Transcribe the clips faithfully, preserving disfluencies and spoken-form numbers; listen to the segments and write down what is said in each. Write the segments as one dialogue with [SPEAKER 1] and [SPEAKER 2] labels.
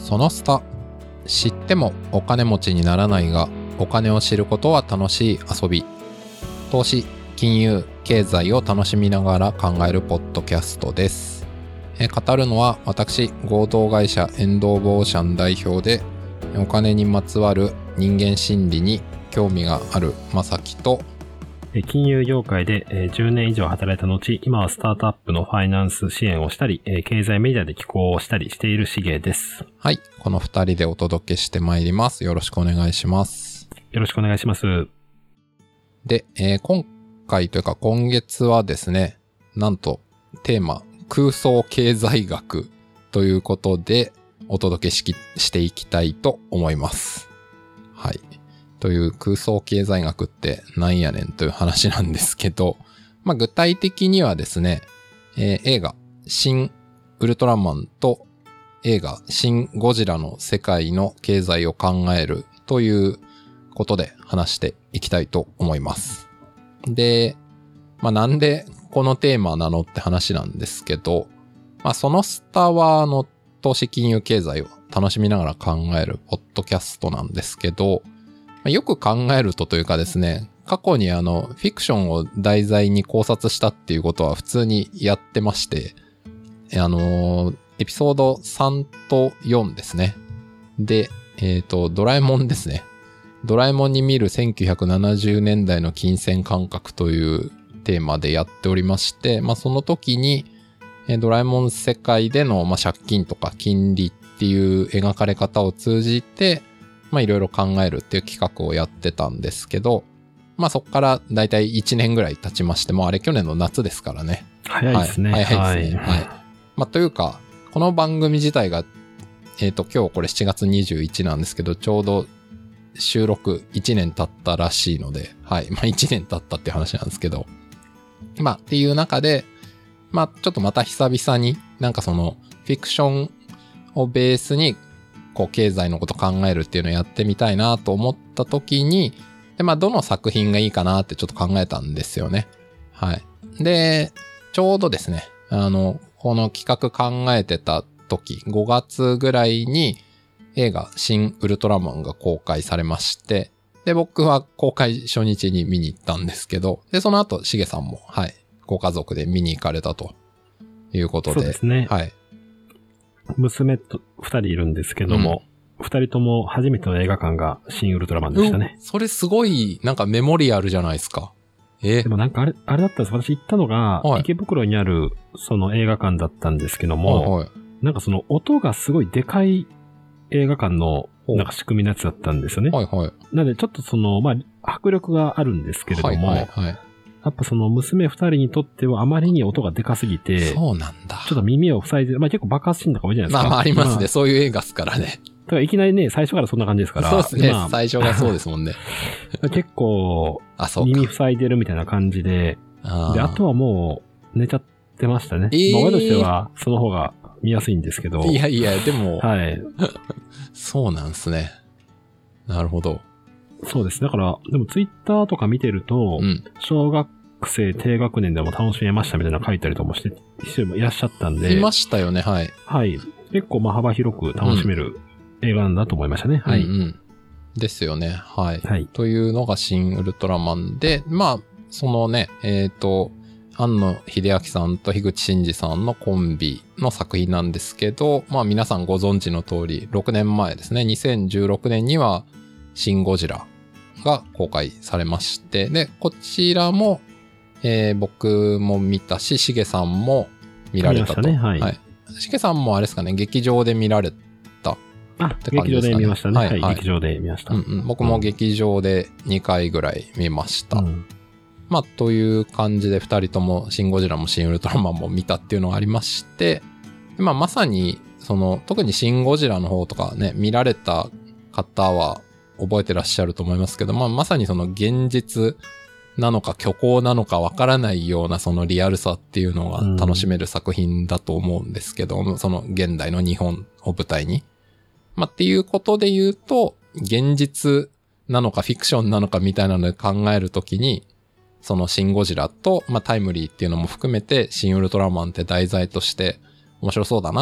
[SPEAKER 1] そのスタ。知ってもお金持ちにならないが、お金を知ることは楽しい遊び。投資、金融、経済を楽しみながら考えるポッドキャストです。え語るのは私、合同会社エンドオブオーシャン代表で、お金にまつわる人間心理に興味があるまさきと、
[SPEAKER 2] 金融業界でじゅうねん以上働いた後、今はスタートアップのファイナンス支援をしたり、経済メディアで寄稿をしたりしているしげです。
[SPEAKER 1] はい、この二人でお届けしてまいります。よろしくお願いします。
[SPEAKER 2] よろしくお願いします。
[SPEAKER 1] で、えー、今回というか今月はですね、なんとテーマ、空想経済学ということでお届けしきしていきたいと思います。はい。という空想経済学ってなんやねんという話なんですけど、まあ、具体的にはですね、えー、映画新ウルトラマンと映画新ゴジラの世界の経済を考えるということで話していきたいと思います。で、まあ、なんでこのテーマなのって話なんですけど、まあ、そのスタはあの投資金融経済を楽しみながら考えるポッドキャストなんですけど、よく考えるとというかですね、過去にあの、フィクションを題材に考察したっていうことは普通にやってまして、あのー、エピソードさんとよんですね。で、えっと、ドラえもんですね。ドラえもんに見るせんきゅうひゃくななじゅうねんだいの金銭感覚というテーマでやっておりまして、まあその時に、ドラえもん世界での、まあ、借金とか金利っていう描かれ方を通じて、まあいろいろ考えるっていう企画をやってたんですけど、まあそこからだいたいいちねんぐらい経ちまして、もうあれ去年の夏ですからね。
[SPEAKER 2] 早いですね。
[SPEAKER 1] はい、早いですね。はい。はい、まあというか、この番組自体が、えっと今日これしちがつにじゅういちなんですけど、ちょうど収録いちねん経ったらしいので、はい。まあいちねん経ったって話なんですけど、まあっていう中で、まあちょっとまた久々になんかそのフィクションをベースにこう経済のこと考えるっていうのをやってみたいなと思った時に、で、まあ、どの作品がいいかなってちょっと考えたんですよね。はい。で、ちょうどですね、あの、この企画考えてた時、ごがつぐらいに映画新ウルトラマンが公開されまして、で、僕は公開初日に見に行ったんですけど、で、その後、しげさんも、はい、ご家族で見に行かれたということで。
[SPEAKER 2] そうですね。
[SPEAKER 1] はい。
[SPEAKER 2] 娘と二人いるんですけども、二、うん、人とも初めての映画館が新ウルトラマンでしたね。
[SPEAKER 1] それすごい、なんかメモリアルじゃないですか。えー、
[SPEAKER 2] でもなんかあれ、あれだったんです。私行ったのが、はい、池袋にあるその映画館だったんですけども、はいはい、なんかその音がすごいでかい映画館のなんか仕組みのやつだったんですよね。はいはい、なのでちょっとその、まあ、迫力があるんですけれども、はいはいはい、やっぱその娘二人にとってはあまりに音がでかすぎて、
[SPEAKER 1] そうなんだ。
[SPEAKER 2] ちょっと耳を塞いで、まあ結構爆発シーンとか多いじゃないですか。
[SPEAKER 1] まあまあありますね。まあ、そういう映画っすからね。
[SPEAKER 2] だからいきなりね、最初からそんな感じですから。
[SPEAKER 1] そうですね。まあ、最初がそうですもんね。
[SPEAKER 2] 結構、耳塞いでるみたいな感じで、あで、あとはもう寝ちゃってましたね。えー、まあ親としてはその方が見やすいんですけど。
[SPEAKER 1] いやいや、でも、
[SPEAKER 2] はい。
[SPEAKER 1] そうなんですね。なるほど。
[SPEAKER 2] そうです。だから、でもツイッターとか見てると、うん、小学生低学年でも楽しめましたみたいなの書いたりとかもして、人もいらっしゃったんで。
[SPEAKER 1] いましたよね、はい。
[SPEAKER 2] はい。結構まあ幅広く楽しめる映画なんだと思いましたね。うん、はい、うんうん。
[SPEAKER 1] ですよね、はい。
[SPEAKER 2] はい。
[SPEAKER 1] というのが新ウルトラマンで、まあ、そのね、えっと、庵野秀明さんと樋口真嗣さんのコンビの作品なんですけど、まあ皆さんご存知の通り、ろくねんまえですね、にせんじゅうろくねんには、シン・ゴジラが公開されまして、で、こちらも、えー、僕も見たし、しげさんも見られたと。
[SPEAKER 2] 見ましたね、はい。はい。
[SPEAKER 1] しげさんもあれですかね、劇場で見られたって感じですかね。
[SPEAKER 2] 劇場で見ましたね。はい、はい、劇場で見ました。
[SPEAKER 1] うんうん、僕も劇場でにかいぐらい見ました。うん、まあ、という感じでふたりともシン・ゴジラもシン・ウルトラマンも見たっていうのがありまして、まあ、まさに、その、特にシン・ゴジラの方とかね、見られた方は覚えてらっしゃると思いますけど、まあ、まさにその現実なのか虚構なのかわからないようなそのリアルさっていうのが楽しめる作品だと思うんですけど、うん、その現代の日本を舞台に。まあ、っていうことで言うと、現実なのかフィクションなのかみたいなので考えるときに、そのシン・ゴジラと、まあ、タイムリーっていうのも含めて、シン・ウルトラマンって題材として面白そうだなと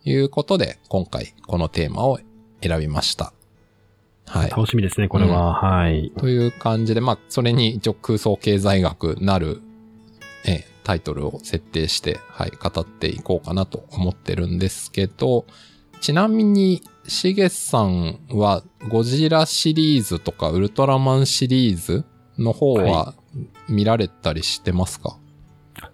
[SPEAKER 1] いうことで、今回このテーマを選びました。はい。
[SPEAKER 2] 楽しみですね、これは。うん、はい。
[SPEAKER 1] という感じで、まあ、それに一応空想経済学なる、え、タイトルを設定して、はい、語っていこうかなと思ってるんですけど、ちなみに、しげさんはゴジラシリーズとかウルトラマンシリーズの方は見られたりしてますか？
[SPEAKER 2] はい、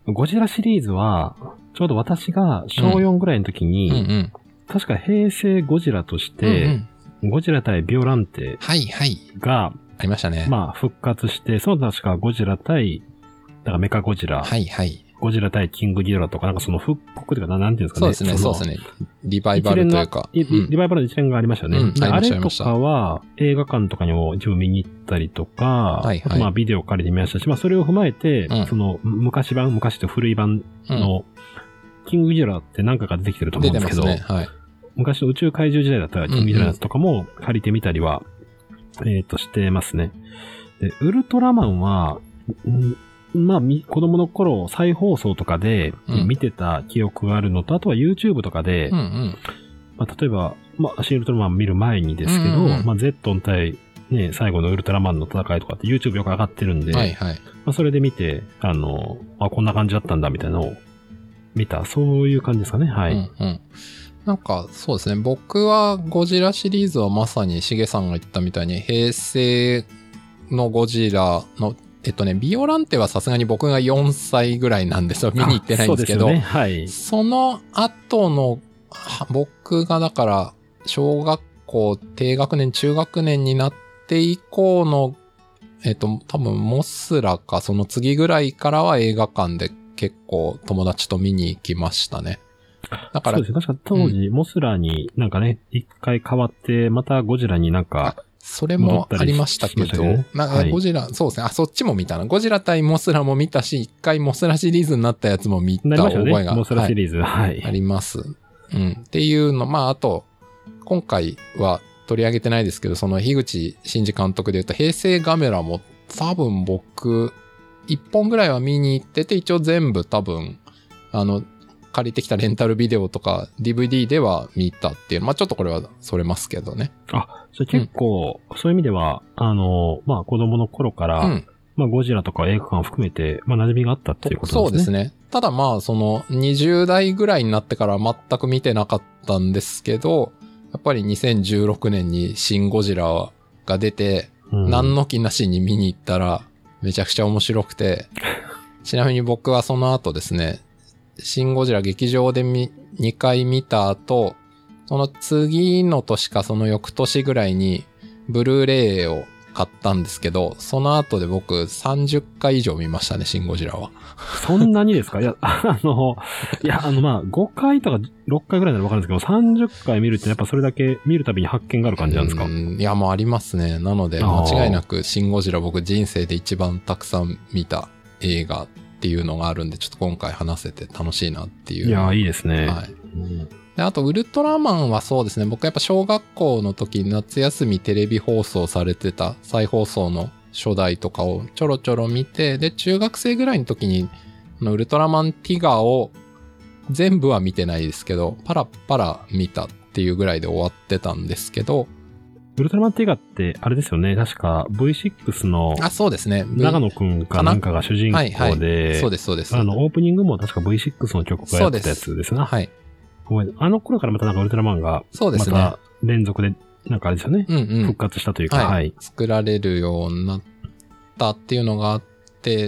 [SPEAKER 2] ゴジラシリーズは、ちょうど私がしょうよんぐらいの時に、うんうんうん、確か平成ゴジラとして、うんうんゴジラ対ビオランテが、はいはい。あ
[SPEAKER 1] りましたね。
[SPEAKER 2] まあ、復活して、その確かゴジラ対、だからメカゴジラ。
[SPEAKER 1] はいはい。
[SPEAKER 2] ゴジラ対キングギドラとか、なんかその復刻というか、なんていうんですかね。
[SPEAKER 1] そうですね、そうですね。リバイバルというか。
[SPEAKER 2] リ, リバイバルの一連がありましたね。うん、あ, あれとかは、映画館とかにも一部見に行ったりとか、はいはい、まあ、ビデオ借りてみましたし、まあ、それを踏まえて、うん、その、昔版、昔と古い版の、うん、キングギドラって何回か出てきてると思うんですけど、出てますね。はい。昔の宇宙怪獣時代だったら、キングギドラとかも借りてみたりは、うんうん、えっ、ー、と、してますね。で、ウルトラマンは、んまあ、子供の頃、再放送とかで見てた記憶があるのと、うん、あとは YouTube とかで、うんうんまあ、例えば、まあ、シン・ウルトラマン見る前にですけど、うんうん、まあ、ゼットン対、ね、最後のウルトラマンの戦いとかって YouTube よく上がってるんで、はいはいまあ、それで見て、あの、あ、こんな感じだったんだみたいなのを見た、そういう感じですかね、はい。うんうん
[SPEAKER 1] なんか、そうですね。僕はゴジラシリーズはまさにしげさんが言ったみたいに平成のゴジラの、えっとね、ビオランテはさすがに僕がよんさいぐらいなんですよ。見に行ってないんですけど。そうですよね。はい。その後の、僕がだから、小学校、低学年、中学年になって以降の、えっと、多分モスラか、その次ぐらいからは映画館で結構友達と見に行きましたね。
[SPEAKER 2] だから。そうですね。確か当時、うん、モスラになんかね、一回変わって、またゴジラになんか、
[SPEAKER 1] それもありましたけど、ね、なんかゴジラ、はい、そうですね。あ、そっちも見たな。ゴジラ対モスラも見たし、一回モスラシリーズになったやつも見た覚えが、ね、
[SPEAKER 2] モスラシリーズ、はい、
[SPEAKER 1] あります。うん。っていうの、まあ、あと、今回は取り上げてないですけど、その樋口真嗣監督で言うと、平成ガメラも多分僕、一本ぐらいは見に行ってて、一応全部多分、あの、借りてきたレンタルビデオとか ディーブイディー では見たっていう。まあちょっとこれはそれますけどね。
[SPEAKER 2] あ、それ結構、うん、そういう意味では、あの、まあ子供の頃から、うん、まあゴジラとか映画館を含めて、まあ馴染みがあったっていうことですね。
[SPEAKER 1] そうですね。ただまあそのにじゅう代ぐらいになってから全く見てなかったんですけど、やっぱりにせんじゅうろくねんにシン・ゴジラが出て、うん、何の気なしに見に行ったらめちゃくちゃ面白くて、ちなみに僕はその後ですね、シン・ゴジラ劇場でにかい見た後、その次の年かその翌年ぐらいにブルーレイを買ったんですけど、その後で僕さんじゅっかい以上見ましたね、シン・ゴジラは。
[SPEAKER 2] そんなにですか？いや、あの、いや、あのまあごかいとかろっかいぐらいならわかるんですけど、さんじゅっかい見るってやっぱそれだけ見るたびに発見がある感じなんですか？うん、
[SPEAKER 1] いや、もうありますね。なので間違いなくシン・ゴジラ僕人生で一番たくさん見た映画っていうのがあるんで、ちょっと今回話せて楽しいなっていう。
[SPEAKER 2] いや、いいですね。はい。
[SPEAKER 1] うん、であと、ウルトラマンはそうですね。僕やっぱ小学校の時、夏休みテレビ放送されてた再放送の初代とかをちょろちょろ見て、で、中学生ぐらいの時に、ウルトラマンティガを全部は見てないですけど、パラパラ見たっていうぐらいで終わってたんですけど、
[SPEAKER 2] ウルトラマンティガって、あれですよね。確か ブイシックス の、
[SPEAKER 1] あ、そうですね。
[SPEAKER 2] 長野くんかなんかが主人公で、はいはい、
[SPEAKER 1] そうです、そうです。
[SPEAKER 2] あの、オープニングも確か ブイシックス の曲がやってたやつですね。はい。あの頃からまたなんかウルトラマンが、そうですね。また連続で、なんかあれですよね。うんうん。復活したというか、はい。はい、
[SPEAKER 1] 作られるようになったっていうのがあって、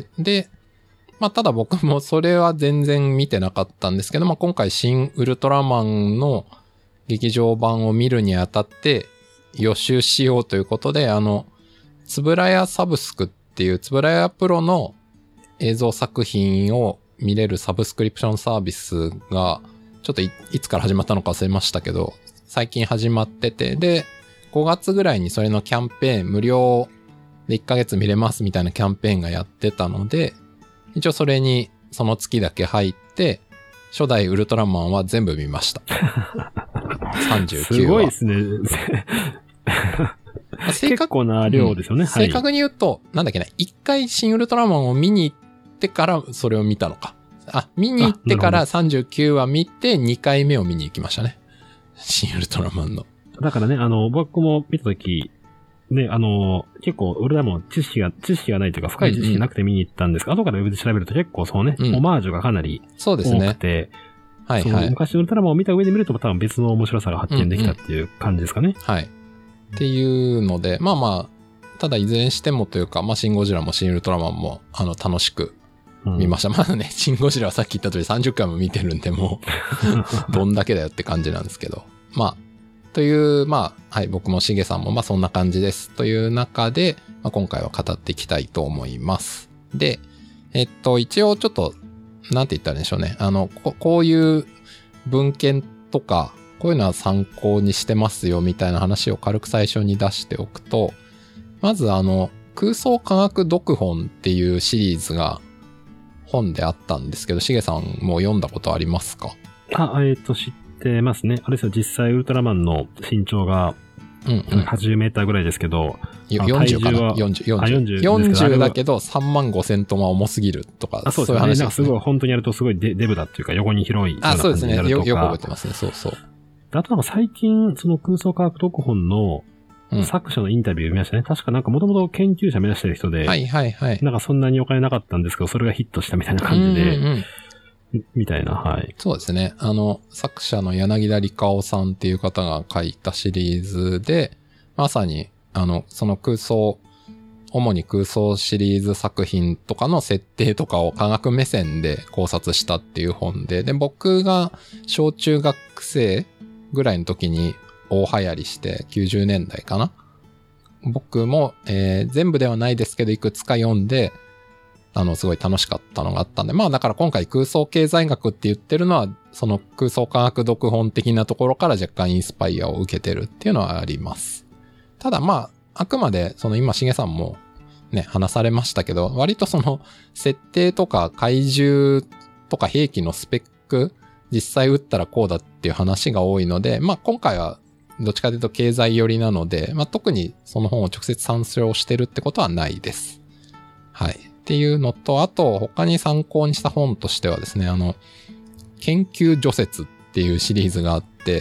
[SPEAKER 1] で、まあ、ただ僕もそれは全然見てなかったんですけど、まあ、今回新ウルトラマンの劇場版を見るにあたって、予習しようということで、あの、つぶらやサブスクっていうつぶらやプロの映像作品を見れるサブスクリプションサービスが、ちょっと い, いつから始まったのか忘れましたけど、最近始まってて、で、ごがつぐらいにそれのキャンペーン、無料でいっかげつ見れますみたいなキャンペーンがやってたので、一応それにその月だけ入って、初代ウルトラマンは全部見ました。さんじゅうきゅうわ。
[SPEAKER 2] すごいですね。結構な量ですよね、うん。
[SPEAKER 1] 正確に言うと、なんだっけな、一回新ウルトラマンを見に行ってからそれを見たのか。 あ、見に行ってからさんじゅうきゅうわ見てにかいめを見に行きましたね。シン・ウルトラマンの。
[SPEAKER 2] だからね、あの、僕も見たとき、ね、あの、結構、俺らも知識が、知識がないというか、深い知識なくて見に行ったんですが、うんうん、後からウェブで調べると結構そうね、うん、オマージュがかなり多くて、そうですね。はいはい。昔のウルトラマンを見た上で見ると多分別の面白さが発見できたっていう感じですかね。
[SPEAKER 1] うんうん、はい。っていうので、まあまあ、ただいずれにしてもというか、まあ、シン・ゴジラもシン・ウルトラマンも、あの、楽しく見ました。うん、まだね、シン・ゴジラはさっき言った通りさんじゅっかいも見てるんで、もう、どんだけだよって感じなんですけど。まあ、という、まあ、はい、僕もしげさんも、まあそんな感じです。という中で、まあ、今回は語っていきたいと思います。で、えっと、一応ちょっと、なんて言ったらいいんでしょうね。あの、こ, こういう文献とか、こういうのは参考にしてますよみたいな話を軽く最初に出しておくと、まずあの、空想科学読本っていうシリーズが本であったんですけど、しげさんも読んだことありますか？
[SPEAKER 2] あ、えっと、知ってますね。あれですよ、実際ウルトラマンの身長が、うんうん、はちじゅうメーターぐらいですけど、
[SPEAKER 1] よんじゅうかな ?よんじゅう、よんじゅう。よんじゅうだけどさんまんごせんトンは重すぎるとか、
[SPEAKER 2] あ、そうですね。そういう話ですね。なんかすごい本当にやるとすごいデデブだっていうか横に広いような感じになるとか。あ、そうですね。よ、よく覚えてますね。そうそう。あとなんか最近、その空想科学読本の作者のインタビュー見ましたね。うん、確かなんかもともと研究者目指してる人で、はいはいはい。なんかそんなにお金なかったんですけど、それがヒットしたみたいな感じで、うんうんうん、みたいな、はい。
[SPEAKER 1] そうですね。あの、作者の柳田理香夫さんっていう方が書いたシリーズで、まさに、あの、その空想、主に空想シリーズ作品とかの設定とかを科学目線で考察したっていう本で、で、僕が小中学生ぐらいの時に大流行りしてきゅうじゅうねんだいかな。僕も、えー、全部ではないですけどいくつか読んで、あの、すごい楽しかったのがあったんで、まあだから今回空想経済学って言ってるのは、その空想科学読本的なところから若干インスパイアを受けてるっていうのはあります。ただまあ、あくまで、その今しげさんもね、話されましたけど、割とその設定とか怪獣とか兵器のスペック、実際撃ったらこうだっていう話が多いので、まあ今回はどっちかというと経済寄りなので、まあ特にその本を直接参照してるってことはないです。はい。っていうのと、あと他に参考にした本としてはですね、あの、研究除雪っていうシリーズがあって、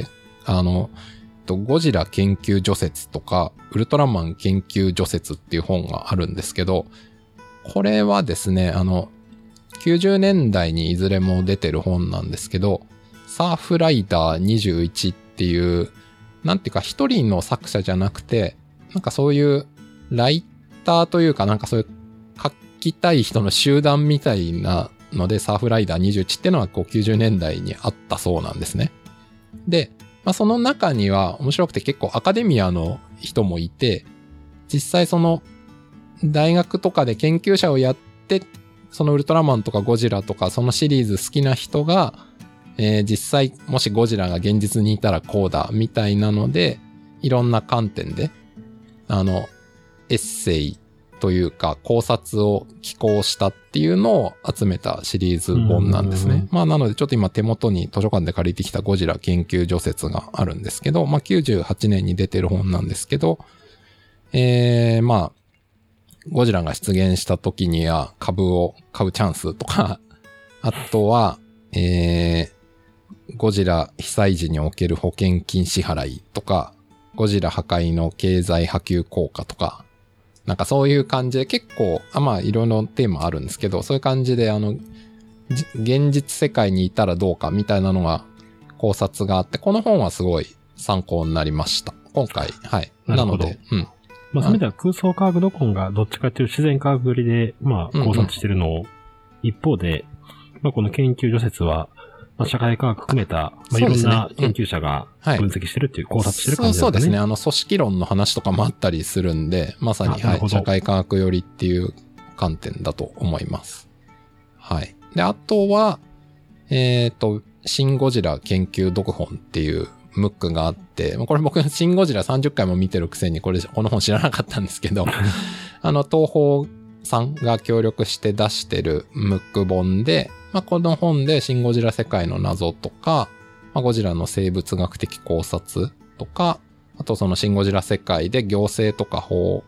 [SPEAKER 1] あの、ゴジラ研究除雪とか、ウルトラマン研究除雪っていう本があるんですけど、これはですね、あの、きゅうじゅうねんだいにいずれも出てる本なんですけど、サーフライダーにじゅういちっていう、なんていうか一人の作者じゃなくて、なんかそういうライターというかなんかそういう書きたい人の集団みたいなので、サーフライダーにじゅういちっていうのはこうきゅうじゅうねんだいにあったそうなんですね。で、まあ、その中には面白くて結構アカデミアの人もいて、実際その大学とかで研究者をやって、そのウルトラマンとかゴジラとかそのシリーズ好きな人が、えー、実際もしゴジラが現実にいたらこうだみたいなので、いろんな観点で、あの、エッセイというか考察を寄稿したっていうのを集めたシリーズ本なんですね。まあなのでちょっと今手元に図書館で借りてきたゴジラ研究除雪があるんですけど、まあきゅうじゅうはちねんに出てる本なんですけど、えー、まあ、ゴジラが出現した時には株を買うチャンスとか、あとは、えー、ゴジラ被災時における保険金支払いとか、ゴジラ破壊の経済波及効果とか、なんかそういう感じで結構、あ、まあいろいろテーマあるんですけど、そういう感じであの、現実世界にいたらどうかみたいなのが考察があって、この本はすごい参考になりました。今回、はい。な, なので、うん。
[SPEAKER 2] まあそういう意味では空想科学読本がどっちかというと自然科学寄りで、まあ考察してるのを、うんうん、一方で、まあこの研究除雪は、まあ、社会科学含めた、まあ、いろんな研究者が分析してるっていう、考察してる感じですね。
[SPEAKER 1] そうですね。あの、組織論の話とかもあったりするんで、まさに、はい、社会科学寄りっていう観点だと思います。はい。で、あとは、えっと、シン・ゴジラ研究読本っていうムックがあって、これ僕、シン・ゴジラさんじゅっかいも見てるくせに、これ、この本知らなかったんですけど、あの、東宝さんが協力して出してるムック本で、まあ、この本でシン・ゴジラ世界の謎とか、まあ、ゴジラの生物学的考察とか、あとそのシン・ゴジラ世界で行政とか法、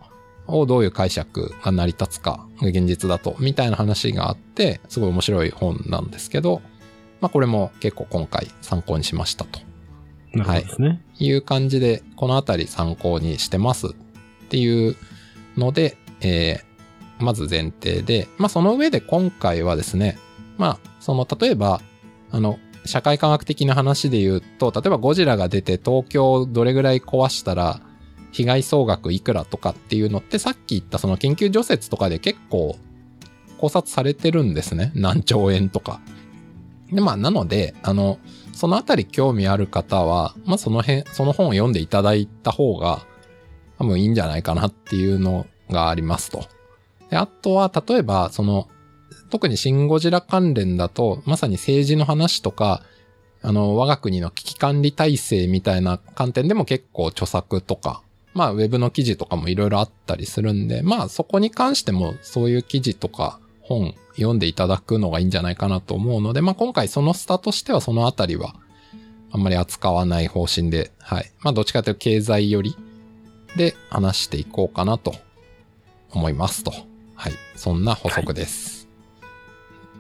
[SPEAKER 1] をどういう解釈が成り立つか、現実だと、みたいな話があって、すごい面白い本なんですけど、まあこれも結構今回参考にしましたと。
[SPEAKER 2] なるほどですね。
[SPEAKER 1] はい。いう感じで、このあたり参考にしてますっていうので、えー、まず前提で、まあその上で今回はですね、まあその例えば、あの、社会科学的な話で言うと、例えばゴジラが出て東京どれぐらい壊したら被害総額いくらとかっていうのってさっき言ったその研究除雪とかで結構考察されてるんですね。何兆円とか。で、まあなので、あの、そのあたり興味ある方は、まあその辺、その本を読んでいただいた方が多分いいんじゃないかなっていうのがありますと。で、あとは例えばその、特にシン・ゴジラ関連だと、まさに政治の話とか、あの、我が国の危機管理体制みたいな観点でも結構著作とか、まあ、ウェブの記事とかもいろいろあったりするんで、まあ、そこに関してもそういう記事とか本読んでいただくのがいいんじゃないかなと思うので、まあ、今回そのスタとしてはそのあたりはあんまり扱わない方針で、はい。まあ、どっちかというと経済寄りで話していこうかなと思いますと。はい。そんな補足です。はい、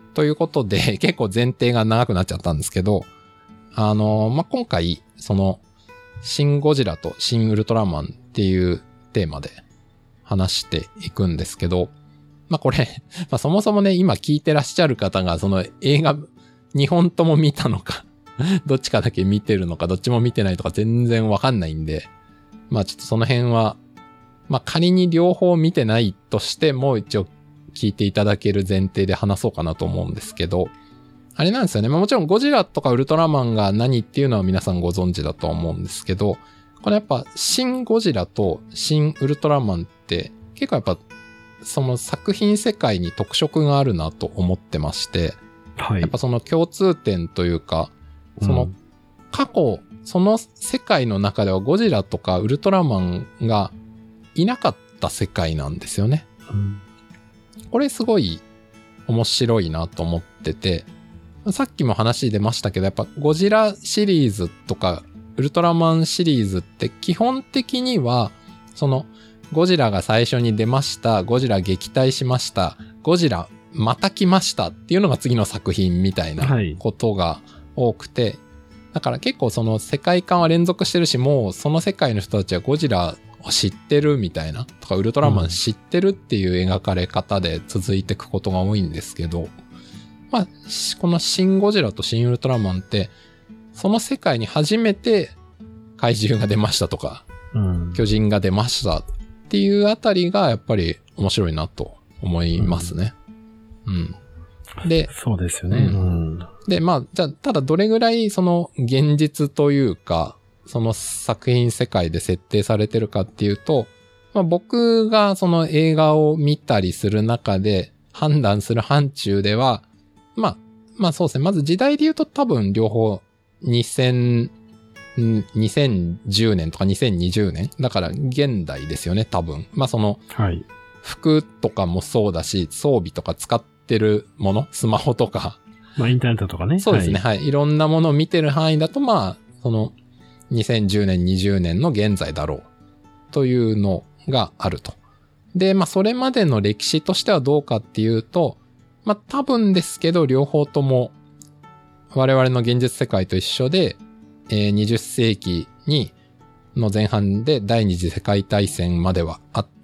[SPEAKER 1] ということで、結構前提が長くなっちゃったんですけど、あの、まあ、今回、その、シン・ゴジラとシン・ウルトラマンっていうテーマで話していくんですけど、まあ、これ、まあ、そもそもね、今聞いてらっしゃる方が、その映画、にほんとも見たのか、どっちかだけ見てるのか、どっちも見てないとか全然わかんないんで、まあ、ちょっとその辺は、まあ、仮に両方見てないとしても、一応聞いていただける前提で話そうかなと思うんですけど、あれなんですよね。まあもちろんゴジラとかウルトラマンが何っていうのは皆さんご存知だと思うんですけど、これやっぱシン・ゴジラとシン・ウルトラマンって結構やっぱその作品世界に特色があるなと思ってまして、はい、やっぱその共通点というか、その過去、その世界の中ではゴジラとかウルトラマンがいなかった世界なんですよね。うん、これすごい面白いなと思ってて、さっきも話出ましたけど、やっぱゴジラシリーズとかウルトラマンシリーズって基本的には、そのゴジラが最初に出ました、ゴジラ撃退しました、ゴジラまた来ましたっていうのが次の作品みたいなことが多くて、はい、だから結構その世界観は連続してるし、もうその世界の人たちはゴジラを知ってるみたいな、とかウルトラマン知ってるっていう描かれ方で続いていくことが多いんですけど、まあ、このシン・ゴジラとシン・ウルトラマンって、その世界に初めて怪獣が出ましたとか、うん、巨人が出ましたっていうあたりがやっぱり面白いなと思いますね。うん。うん、で、
[SPEAKER 2] そうですよね。うん、
[SPEAKER 1] で、まあ、じゃあ、ただどれぐらいその現実というか、その作品世界で設定されてるかっていうと、まあ僕がその映画を見たりする中で判断する範疇では、まあ、まあそうですね。まず時代で言うと多分両方にせん、にせんじゅうねんとかにせんにじゅうねん。だから現代ですよね、多分。まあその、服とかもそうだし、装備とか使ってるもの、スマホとか。
[SPEAKER 2] まあインターネットとかね。
[SPEAKER 1] そうですね、はい。はい。いろんなものを見てる範囲だと、まあ、その、にせんじゅうねん、にじゅうねんの現在だろう。というのがあると。で、まあそれまでの歴史としてはどうかっていうと、まあ多分ですけど両方とも我々の現実世界と一緒で、えー、にじゅっせいきにの前半で第二次世界大戦まではあって、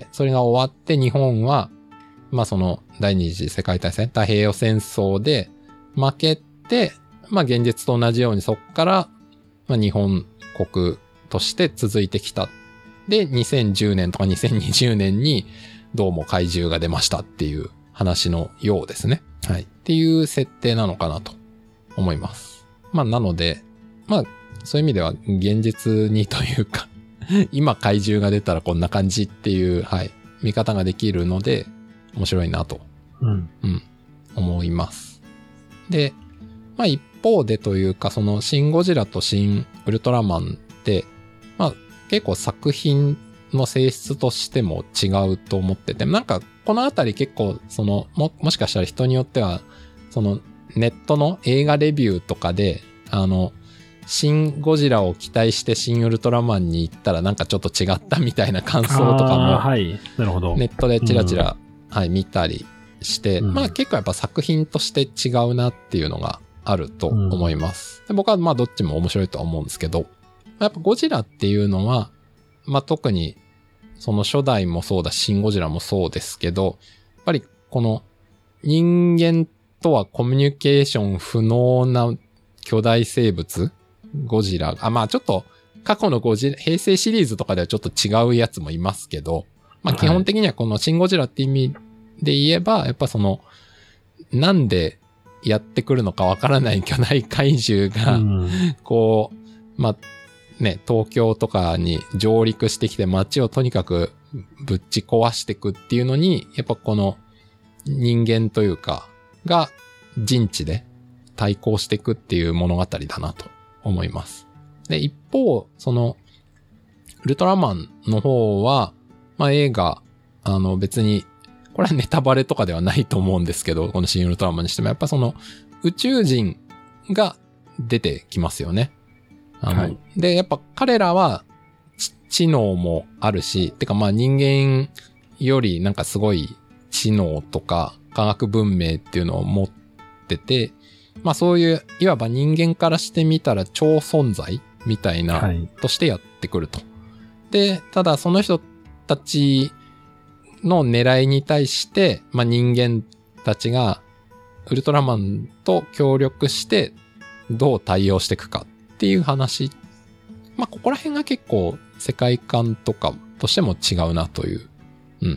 [SPEAKER 1] それが終わって日本はまあその第二次世界大戦、太平洋戦争で負けて、まあ現実と同じようにそっからまあ日本国として続いてきた。で、にせんじゅうねんとかにせんにじゅうねんにどうも怪獣が出ましたっていう話のようですね。はい。っていう設定なのかなと思います。まあなので、まあそういう意味では現実にというか今怪獣が出たらこんな感じっていう、はい、見方ができるので面白いなと、うん、うん、思います。で、まあ一方でというかそのシン・ゴジラとシン・ウルトラマンって、まあ結構作品の性質としても違うと思ってて、なんかこのあたり結構そのももしかしたら人によってはそのネットの映画レビューとかであのシン・ゴジラを期待してシン・ウルトラマンに行ったらなんかちょっと違ったみたいな感想とかも、
[SPEAKER 2] はい、なるほど。
[SPEAKER 1] ネットでチラチラ、うん、はい、見たりして、うん、まあ結構やっぱ作品として違うなっていうのがあると思います。うん、で僕はまあどっちも面白いとは思うんですけど、やっぱゴジラっていうのは、まあ特にその初代もそうだし、シン・ゴジラもそうですけど、やっぱりこの人間とはコミュニケーション不能な巨大生物ゴジラ。あ、まあちょっと過去のゴジラ、平成シリーズとかではちょっと違うやつもいますけど、まあ基本的にはこのシン・ゴジラって意味で言えば、やっぱその、なんでやってくるのかわからない巨大怪獣が、こう、まあね、東京とかに上陸してきて街をとにかくぶっち壊していくっていうのに、やっぱこの人間というか、が人知で対抗していくっていう物語だなと思います。で、一方、その、ウルトラマンの方は、まあ映画、あの別に、これはネタバレとかではないと思うんですけど、このシン・ウルトラマンにしても、やっぱその宇宙人が出てきますよね。あの、はい、で、やっぱ彼らは知能もあるし、てかまあ人間よりなんかすごい知能とか科学文明っていうのを持ってて、まあそういう、いわば人間からしてみたら超存在みたいな、はい、としてやってくると。で、ただその人たちの狙いに対して、まあ人間たちがウルトラマンと協力してどう対応していくかっていう話。まあここら辺が結構世界観とかとしても違うなという、うん、うん、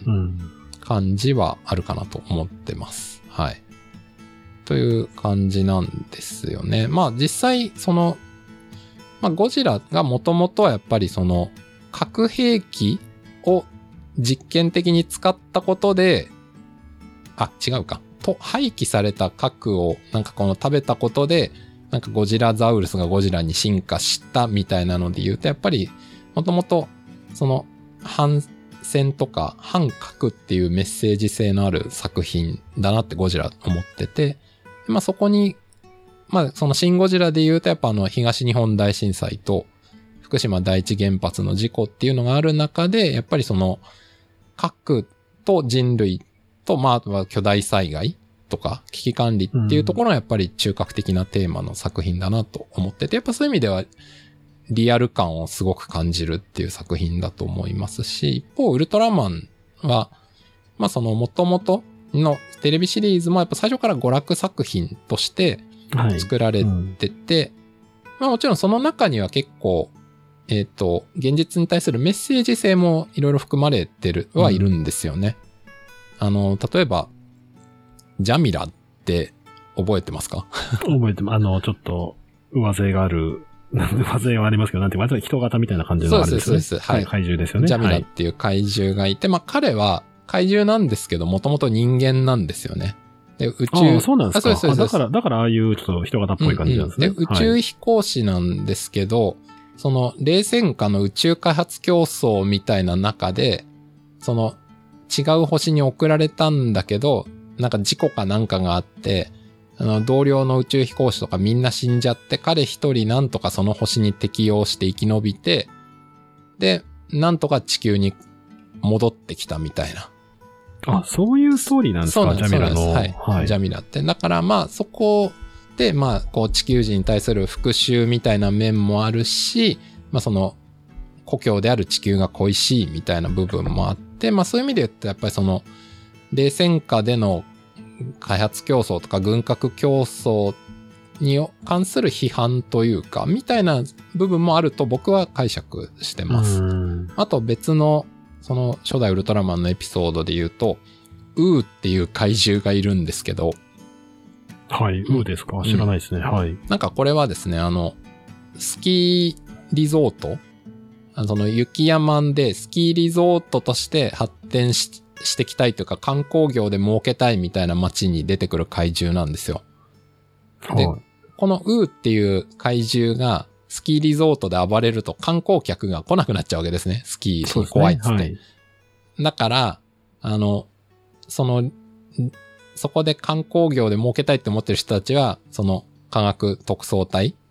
[SPEAKER 1] 感じはあるかなと思ってます。はい。という感じなんですよね。まあ実際その、まあゴジラがもともとはやっぱりその核兵器を実験的に使ったことで、あ、違うか。と、廃棄された核をなんかこの食べたことで、なんかゴジラザウルスがゴジラに進化したみたいなので言うと、やっぱりもともとその反戦とか反核っていうメッセージ性のある作品だなってゴジラ思ってて、まあそこに、まあそのシン・ゴジラで言うとやっぱあの東日本大震災と福島第一原発の事故っていうのがある中で、やっぱりその核と人類とまああとは巨大災害とか危機管理っていうところがやっぱり中核的なテーマの作品だなと思ってて、やっぱそういう意味ではリアル感をすごく感じるっていう作品だと思いますし、一方ウルトラマンはまあその元々のテレビシリーズもやっぱ最初から娯楽作品として作られてて、はいうん、まあもちろんその中には結構えっと現実に対するメッセージ性もいろいろ含まれてるはいるんですよね。うん、あの例えばジャミラって覚えてますか？
[SPEAKER 2] 覚えてます。あの、ちょっと、上背がある、上背はありますけど、なんていうか、人型みたいな感じのあるんですね。
[SPEAKER 1] そうです、そうです。はい。
[SPEAKER 2] 怪獣ですよね。
[SPEAKER 1] ジャミラっていう怪獣がいて、はい、まあ彼は怪獣なんですけど、もともと人間なんですよね。で、宇宙。
[SPEAKER 2] あ、そうなんですか。
[SPEAKER 1] あ、そうです、そうです。
[SPEAKER 2] だから、だからああいうちょっと人型っぽい感じなんですね。
[SPEAKER 1] うんうん、で、宇宙飛行士なんですけど、はい、その、冷戦下の宇宙開発競争みたいな中で、その、違う星に送られたんだけど、なんか事故かなんかがあって、あの同僚の宇宙飛行士とかみんな死んじゃって、彼一人なんとかその星に適応して生き延びて、で、なんとか地球に戻ってきたみたいな。
[SPEAKER 2] あ、そういうストーリーなんですか？
[SPEAKER 1] そうなんです、
[SPEAKER 2] ジャミラの。
[SPEAKER 1] はい。はい、ジャミラって。だからまあそこで、まあこう地球人に対する復讐みたいな面もあるし、まあその故郷である地球が恋しいみたいな部分もあって、まあそういう意味で言うとやっぱりその冷戦下での開発競争とか軍拡競争に関する批判というか、みたいな部分もあると僕は解釈してます。あと別の、その初代ウルトラマンのエピソードで言うと、ウーっていう怪獣がいるんですけど。
[SPEAKER 2] はい、ウーですか？知らないですね。うん、はい。
[SPEAKER 1] なんかこれはですね、あの、スキーリゾート、その雪山でスキーリゾートとして発展し、していきたいというか観光業で儲けたいみたいな街に出てくる怪獣なんですよ。で、はい、このウーっていう怪獣がスキーリゾートで暴れると観光客が来なくなっちゃうわけですね。スキー怖いっつって。ねはい、だから、あの、その、そこで観光業で儲けたいって思ってる人たちは、その科学特捜隊、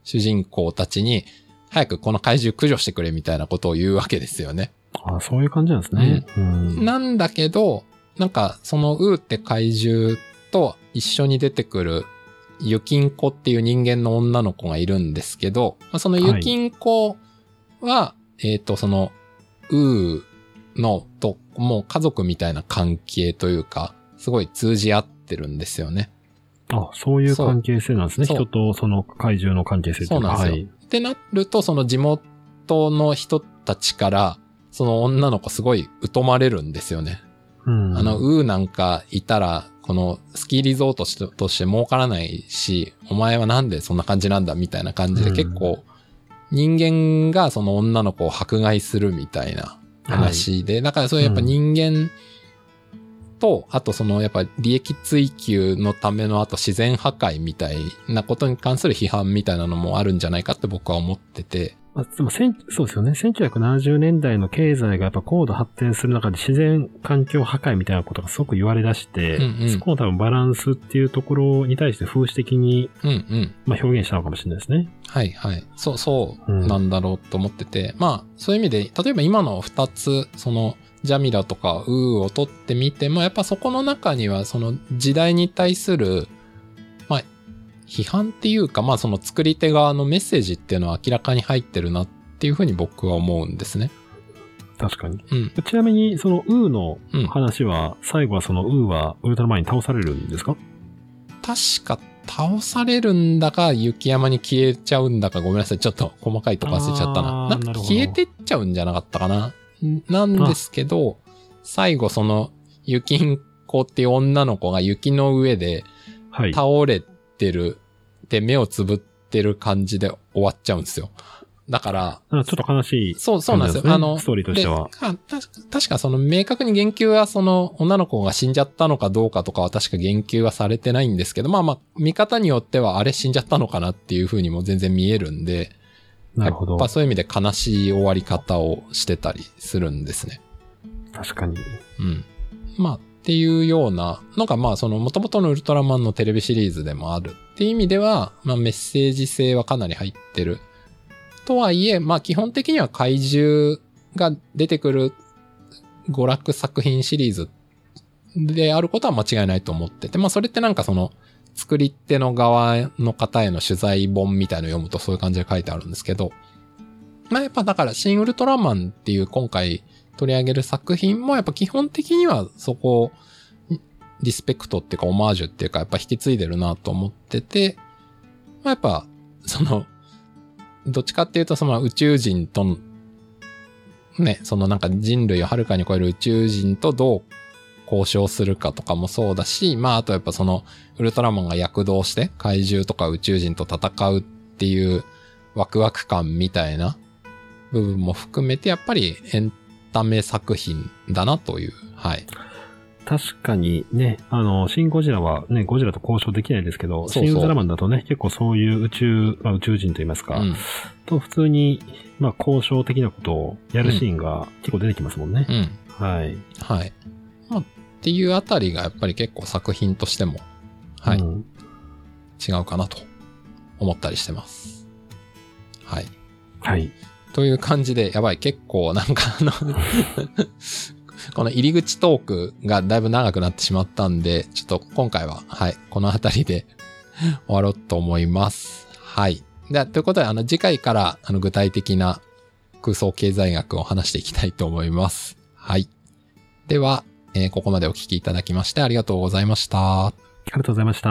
[SPEAKER 1] 主人公たちに、早くこの怪獣駆除してくれみたいなことを言うわけですよね。
[SPEAKER 2] ああ、そういう感じなんですね。
[SPEAKER 1] うん、なんだけど、なんかそのウーって怪獣と一緒に出てくるユキンコっていう人間の女の子がいるんですけど、そのユキンコは、はい、えっと、そのウーのともう家族みたいな関係というか、すごい通じ合ってるんですよね。
[SPEAKER 2] あ、そういう関係性なんですね。人とその怪獣の関係性っていうのは。
[SPEAKER 1] そうなんですよ。はい、ってなると、その地元の人たちから、その女の子すごい疎まれるんですよね。うん、あの、ウーなんかいたら、このスキーリゾートとして儲からないし、お前はなんでそんな感じなんだみたいな感じで、結構人間がその女の子を迫害するみたいな話で、はい、だからそういうやっぱ人間と、あとそのやっぱ利益追求のためのあと自然破壊みたいなことに関する批判みたいなのもあるんじゃないかって僕は思ってて。
[SPEAKER 2] まあ、でもそうですよね。せんきゅうひゃくななじゅうねんだいの経済がやっぱ高度発展する中で自然環境破壊みたいなことがすごく言われ出して、うんうん、そこの多分バランスっていうところに対して風刺的に、うんうん、まあ表現したのかもしれないですね。
[SPEAKER 1] はいはい。そう、そうなんだろうと思ってて、うん、まあそういう意味で、例えば今の二つ、そのジャミラとかウーを取ってみても、やっぱそこの中にはその時代に対する、まあ批判っていうか、まあその作り手側のメッセージっていうのは明らかに入ってるなっていうふうに僕は思うんですね。
[SPEAKER 2] 確かに。うん、ちなみにそのウーの話は、うん、最後はそのウーはウルトラマンに倒されるんですか？
[SPEAKER 1] 確か倒されるんだか、雪山に消えちゃうんだか、ごめんなさい。ちょっと細かいとこ忘れちゃったな。なんか消えてっちゃうんじゃなかったかな。なんですけど、最後その雪んこっていう女の子が雪の上で倒れてる、で目をつぶってる感じで終わっちゃうんですよ。だから、
[SPEAKER 2] ちょっと悲しい、ね。
[SPEAKER 1] そう、そうなんですよ。あの、
[SPEAKER 2] ストーリーとしては。
[SPEAKER 1] 確かその明確に言及はその女の子が死んじゃったのかどうかとかは確か言及はされてないんですけど、まあまあ、見方によってはあれ死んじゃったのかなっていう風にも全然見えるんで、
[SPEAKER 2] なるほど。
[SPEAKER 1] やっぱそういう意味で悲しい終わり方をしてたりするんですね。
[SPEAKER 2] 確かに。
[SPEAKER 1] うん。まあ、っていうようなのが、まあその元々のウルトラマンのテレビシリーズでもあるっていう意味では、まあメッセージ性はかなり入ってる。とはいえ、まあ基本的には怪獣が出てくる娯楽作品シリーズであることは間違いないと思ってて、まあそれってなんかその作り手の側の方への取材本みたいなのを読むとそういう感じで書いてあるんですけど、まあやっぱだから新ウルトラマンっていう今回取り上げる作品もやっぱ基本的にはそこをリスペクトっていうかオマージュっていうかやっぱ引き継いでるなと思ってて、まあやっぱそのどっちかっていうとその宇宙人とね、そのなんか人類をはるかに超える宇宙人とどう交渉するかとかもそうだし、まああとやっぱそのウルトラマンが躍動して怪獣とか宇宙人と戦うっていうワクワク感みたいな部分も含めてやっぱりエンタメ作品だなという、はい。
[SPEAKER 2] 確かにね、あの、シン・ゴジラはね、ゴジラと交渉できないですけど、そうそうシン・ウルトラマンだとね、結構そういう宇宙、まあ宇宙人といいますか、うん、と普通に、まあ交渉的なことをやるシーンが結構出てきますもんね。
[SPEAKER 1] うん。
[SPEAKER 2] はい。
[SPEAKER 1] はい。まあ、っていうあたりがやっぱり結構作品としても、はい。うん、違うかなと思ったりしてます。はい。
[SPEAKER 2] はい。
[SPEAKER 1] という感じで、やばい、結構なんかあの、この入り口トークがだいぶ長くなってしまったんで、ちょっと今回は、はい、このあたりで終わろうと思います。はい。では、ということで、あの、次回から、あの、具体的な空想経済学を話していきたいと思います。はい。では、えー、ここまでお聞きいただきましてありがとうございました。
[SPEAKER 2] ありがとうございました。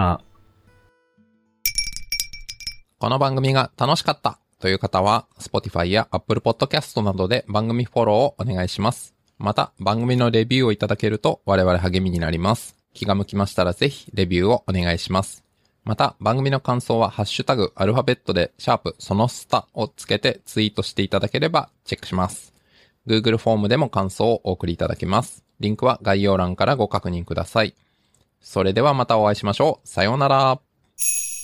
[SPEAKER 1] この番組が楽しかったという方は、Spotify や Apple Podcast などで番組フォローをお願いします。また、番組のレビューをいただけると我々励みになります。気が向きましたらぜひレビューをお願いします。また、番組の感想はハッシュタグアルファベットでシャープそのスタをつけてツイートしていただければチェックします。Google フォームでも感想をお送りいただけます。リンクは概要欄からご確認ください。それではまたお会いしましょう。さようなら。